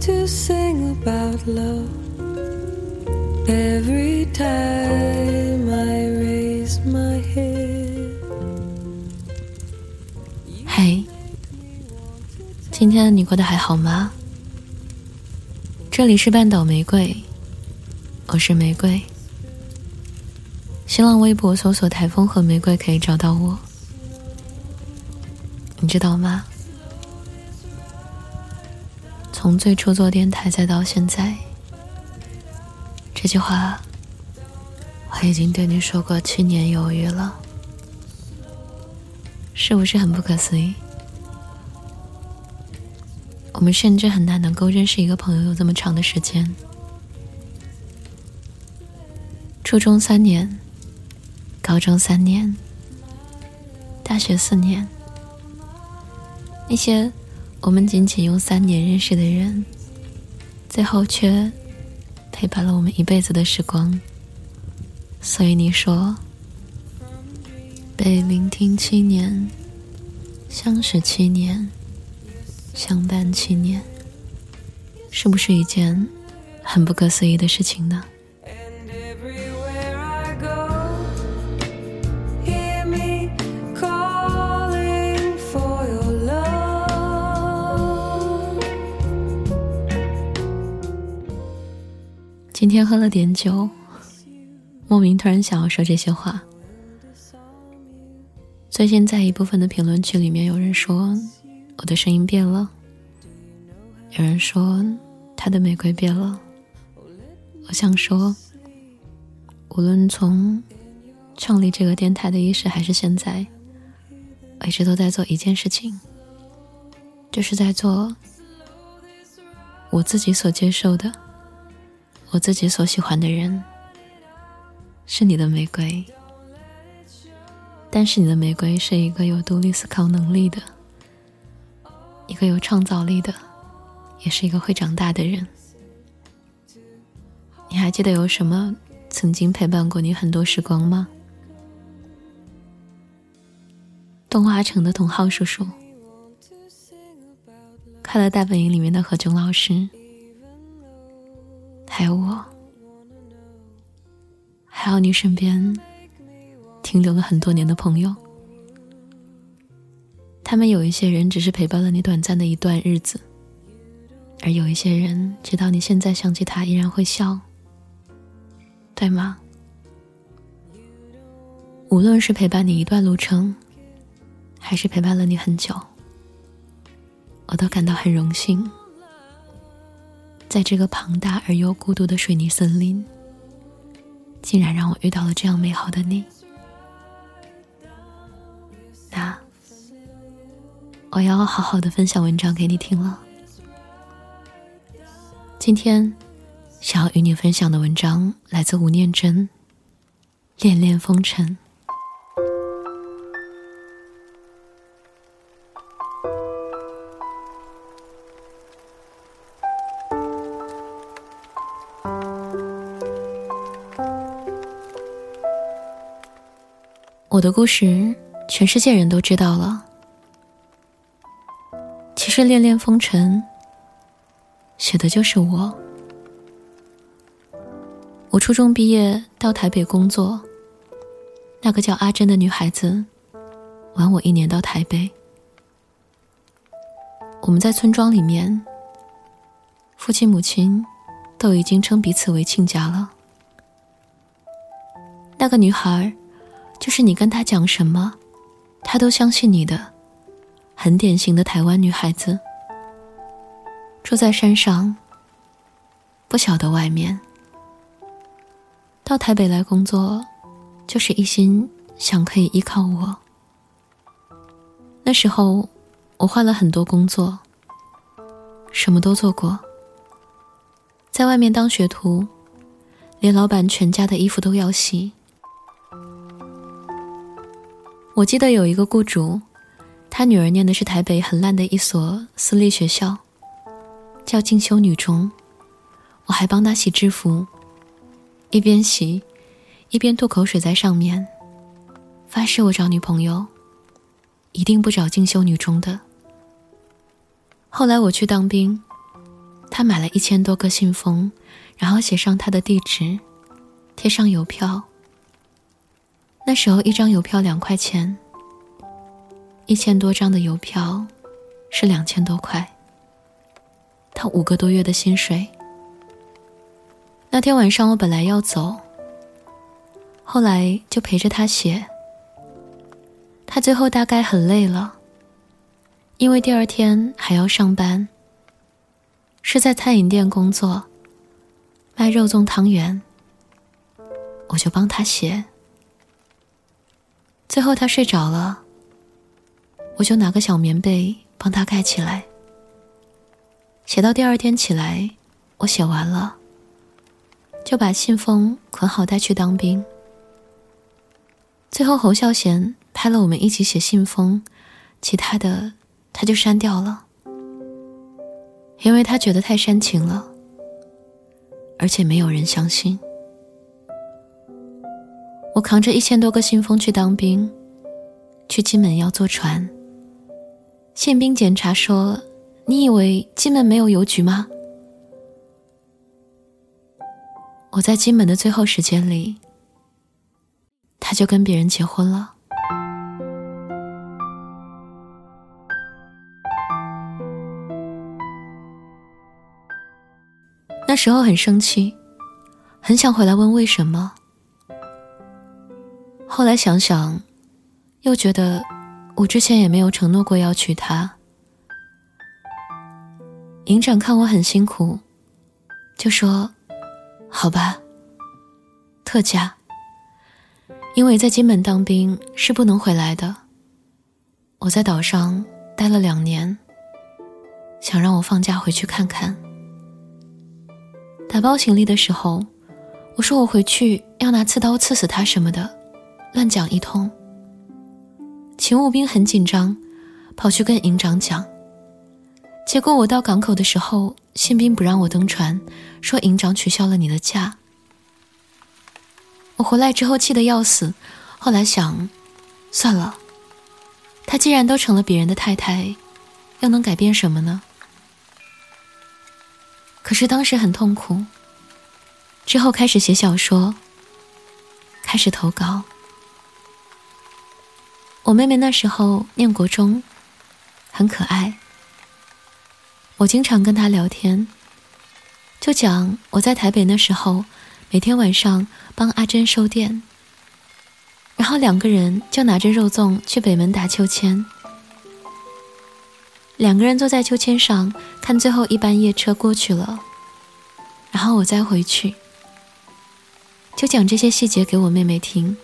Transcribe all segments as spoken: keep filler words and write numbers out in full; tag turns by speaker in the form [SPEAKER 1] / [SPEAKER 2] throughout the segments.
[SPEAKER 1] to sing about love every time I raise my head.
[SPEAKER 2] 嘿，今天的你过得还好吗？这里是半岛玫瑰，我是玫瑰。新浪微博搜索台风和玫瑰可以找到我。你知道吗？从最初做电台再到现在，这句话我已经对你说过七年有余了，是不是很不可思议？我们甚至很难能够认识一个朋友有这么长的时间。初中三年，高中三年，大学四年，那些我们仅仅用三年认识的人，最后却陪伴了我们一辈子的时光。所以你说，被聆听七年，相识七年，相伴七年，是不是一件很不可思议的事情呢？今天喝了点酒，莫名突然想要说这些话。最近在一部分的评论区里面，有人说我的声音变了，有人说他的玫瑰变了。我想说，无论从创立这个电台的伊始还是现在，我一直都在做一件事情，就是在做我自己所接受的，我自己所喜欢的人，是你的玫瑰。但是你的玫瑰是一个有独立思考能力的，一个有创造力的，也是一个会长大的人。你还记得有什么曾经陪伴过你很多时光吗？动画城的童浩叔叔，快乐大本营里面的何炅老师，还有我，还有你身边停留了很多年的朋友。他们有一些人只是陪伴了你短暂的一段日子，而有一些人直到你现在想起他依然会笑，对吗？无论是陪伴你一段路程，还是陪伴了你很久，我都感到很荣幸，在这个庞大而又孤独的水泥森林，竟然让我遇到了这样美好的你。那我要好好的分享文章给你听了。今天想要与你分享的文章来自吴念真，恋恋风尘。我的故事全世界人都知道了，其实恋恋风尘写的就是我。我初中毕业到台北工作，那个叫阿珍的女孩子晚我一年到台北。我们在村庄里面，父亲母亲都已经称彼此为亲家了。那个女孩就是你跟她讲什么她都相信你的，很典型的台湾女孩子，住在山上，不晓得外面，到台北来工作就是一心想可以依靠我。那时候我换了很多工作，什么都做过，在外面当学徒，连老板全家的衣服都要洗。我记得有一个雇主，他女儿念的是台北很烂的一所私立学校，叫进修女中。我还帮他洗制服，一边洗一边吐口水在上面，发誓我找女朋友一定不找进修女中的。后来我去当兵， 他买了一千多个信封，然后写上他的地址，贴上邮票。那时候一张邮票两块钱，一千多张的邮票是两千多块，他五个多月的薪水。那天晚上我本来要走，后来就陪着他写。他最后大概很累了，因为第二天还要上班，是在餐饮店工作，卖肉粽汤圆。我就帮他写，最后他睡着了，我就拿个小棉被帮他盖起来。写到第二天起来，我写完了，就把信封捆好带去当兵。最后侯孝贤拍了我们一起写信封，其他的他就删掉了，因为他觉得太煽情了，而且没有人相信。我扛着一千多个信封去当兵，去金门要坐船。宪兵检查说，你以为金门没有邮局吗？我在金门的最后时间里，他就跟别人结婚了。那时候很生气，很想回来问为什么。后来想想，又觉得我之前也没有承诺过要娶她。营长看我很辛苦，就说好吧，特假，因为在金门当兵是不能回来的。我在岛上待了两年，想让我放假回去看看。打包行李的时候，我说我回去要拿刺刀刺死他什么的，乱讲一通。勤务兵很紧张，跑去跟营长讲。结果我到港口的时候，宪兵不让我登船，说营长取消了你的假。我回来之后气得要死，后来想，算了，她既然都成了别人的太太，又能改变什么呢？可是当时很痛苦，之后开始写小说，开始投稿。我妹妹那时候念国中，很可爱。我经常跟她聊天，就讲我在台北那时候，每天晚上帮阿珍收店，然后两个人就拿着肉粽去北门打秋千。两个人坐在秋千上，看最后一班夜车过去了，然后我再回去，就讲这些细节给我妹妹听。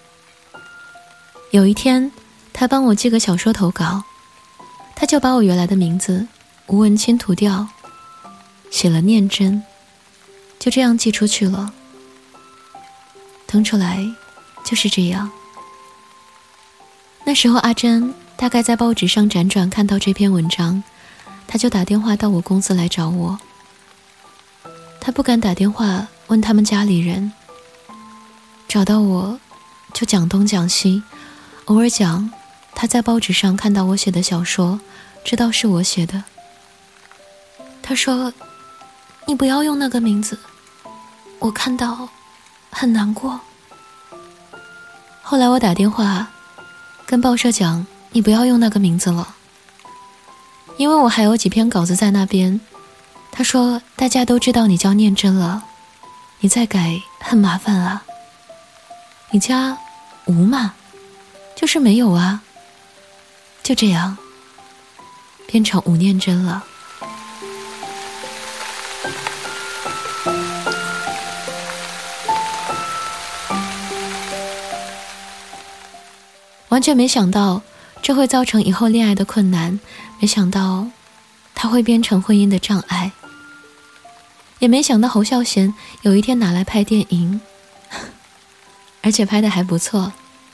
[SPEAKER 2] 有一天，她帮我寄个小说投稿，她就把我原来的名字吴文清涂掉，写了念真，就这样寄出去了。腾出来就是这样。那时候阿珍大概在报纸上辗转看到这篇文章，她就打电话到我公司来找我。她不敢打电话问他们家里人，找到我就讲东讲西，偶尔讲她在报纸上看到我写的小说，知道是我写的。她说，你不要用那个名字，我看到很难过。后来我打电话跟报社讲，你不要用那个名字了，因为我还有几篇稿子在那边。他说，大家都知道你叫念真了，你再改很麻烦啊。你家无嘛，就是没有啊。就这样变成吴念真了。完全没想到这会造成以后恋爱的困难，没想到它会变成婚姻的障碍，也没想到侯孝贤有一天拿来拍电影，而且拍得还不错。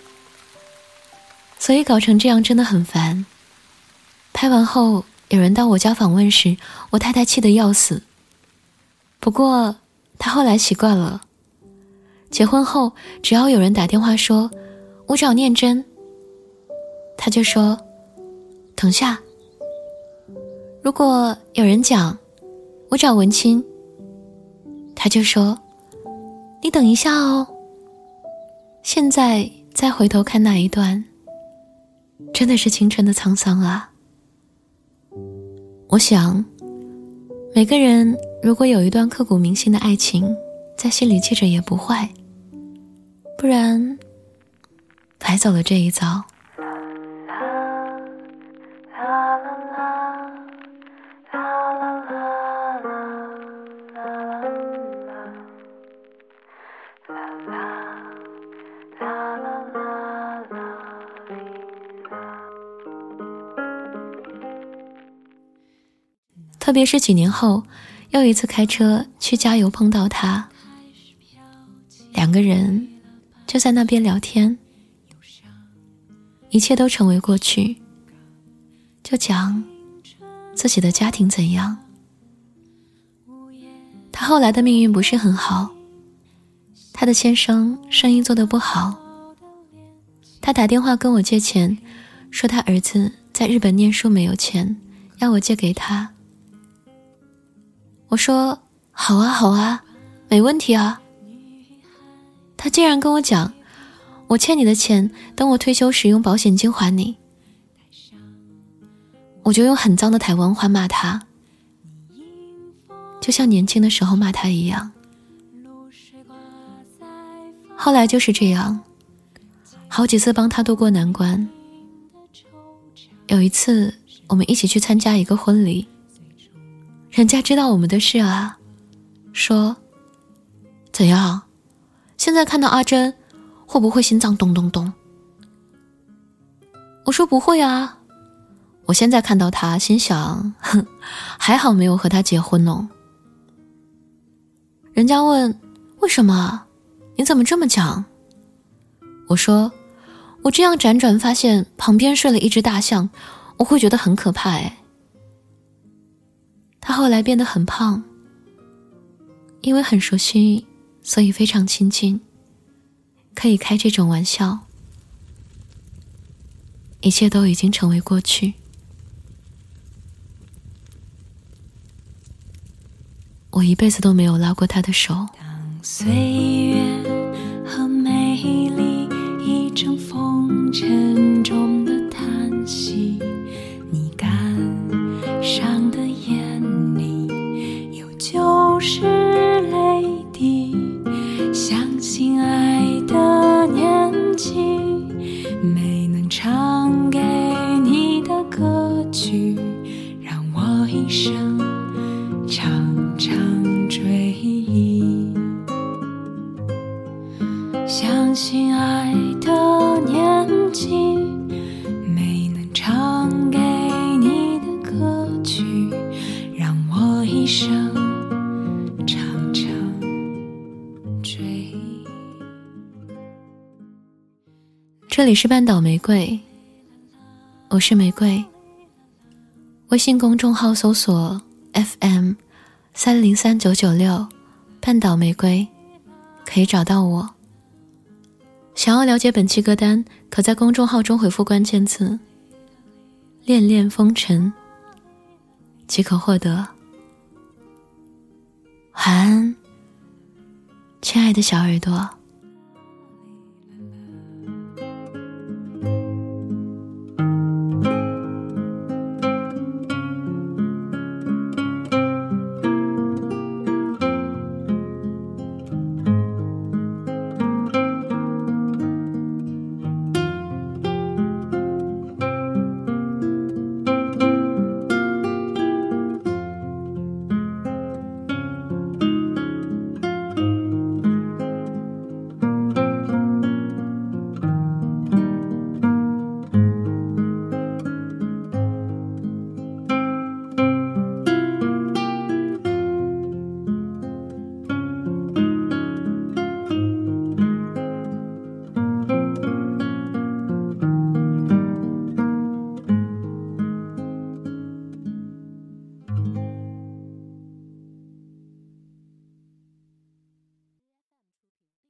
[SPEAKER 2] 所以搞成这样真的很烦。拍完后有人到我家访问时，我太太气得要死，不过她后来习惯了。结婚后只要有人打电话说我找念真，他就说等下。如果有人讲我找文清，他就说你等一下哦。现在再回头看那一段，真的是青春的沧桑啊。我想每个人如果有一段刻骨铭心的爱情在心里记着也不坏，不然白走了这一遭。特别是几年后又一次开车去加油碰到他，两个人就在那边聊天，一切都成为过去，就讲自己的家庭怎样。他后来的命运不是很好，他的先生生意做得不好，他打电话跟我借钱，说他儿子在日本念书没有钱，要我借给他。我说好啊好啊，没问题啊。他竟然跟我讲，我欠你的钱等我退休时用保险金还你。我就用很脏的台湾话骂他，就像年轻的时候骂他一样。后来就是这样，好几次帮他渡过难关。有一次我们一起去参加一个婚礼，人家知道我们的事啊，说怎样，现在看到阿珍会不会心脏咚咚咚？我说不会啊，我现在看到她心想哼，还好没有和他结婚哦。人家问为什么，你怎么这么讲？我说我这样辗转发现旁边睡了一只大象，我会觉得很可怕哎。他后来变得很胖，因为很熟悉，所以非常亲近，可以开这种玩笑。一切都已经成为过去。我一辈子都没有拉过他的手。
[SPEAKER 1] 当岁月和美丽已成风尘中的叹息，你感伤的眼里有旧时泪滴，相信爱的年纪，没能唱给你的歌曲，让我一生常常追忆。相信爱的年纪，没能唱给你的歌曲，让我一生常常追忆。
[SPEAKER 2] 这里是半岛玫瑰，我是玫瑰。微信公众号搜索 F M 三零三九九六 半岛玫瑰，可以找到我。想要了解本期歌单，可在公众号中回复关键词恋恋风尘即可获得。晚安，亲爱的小耳朵。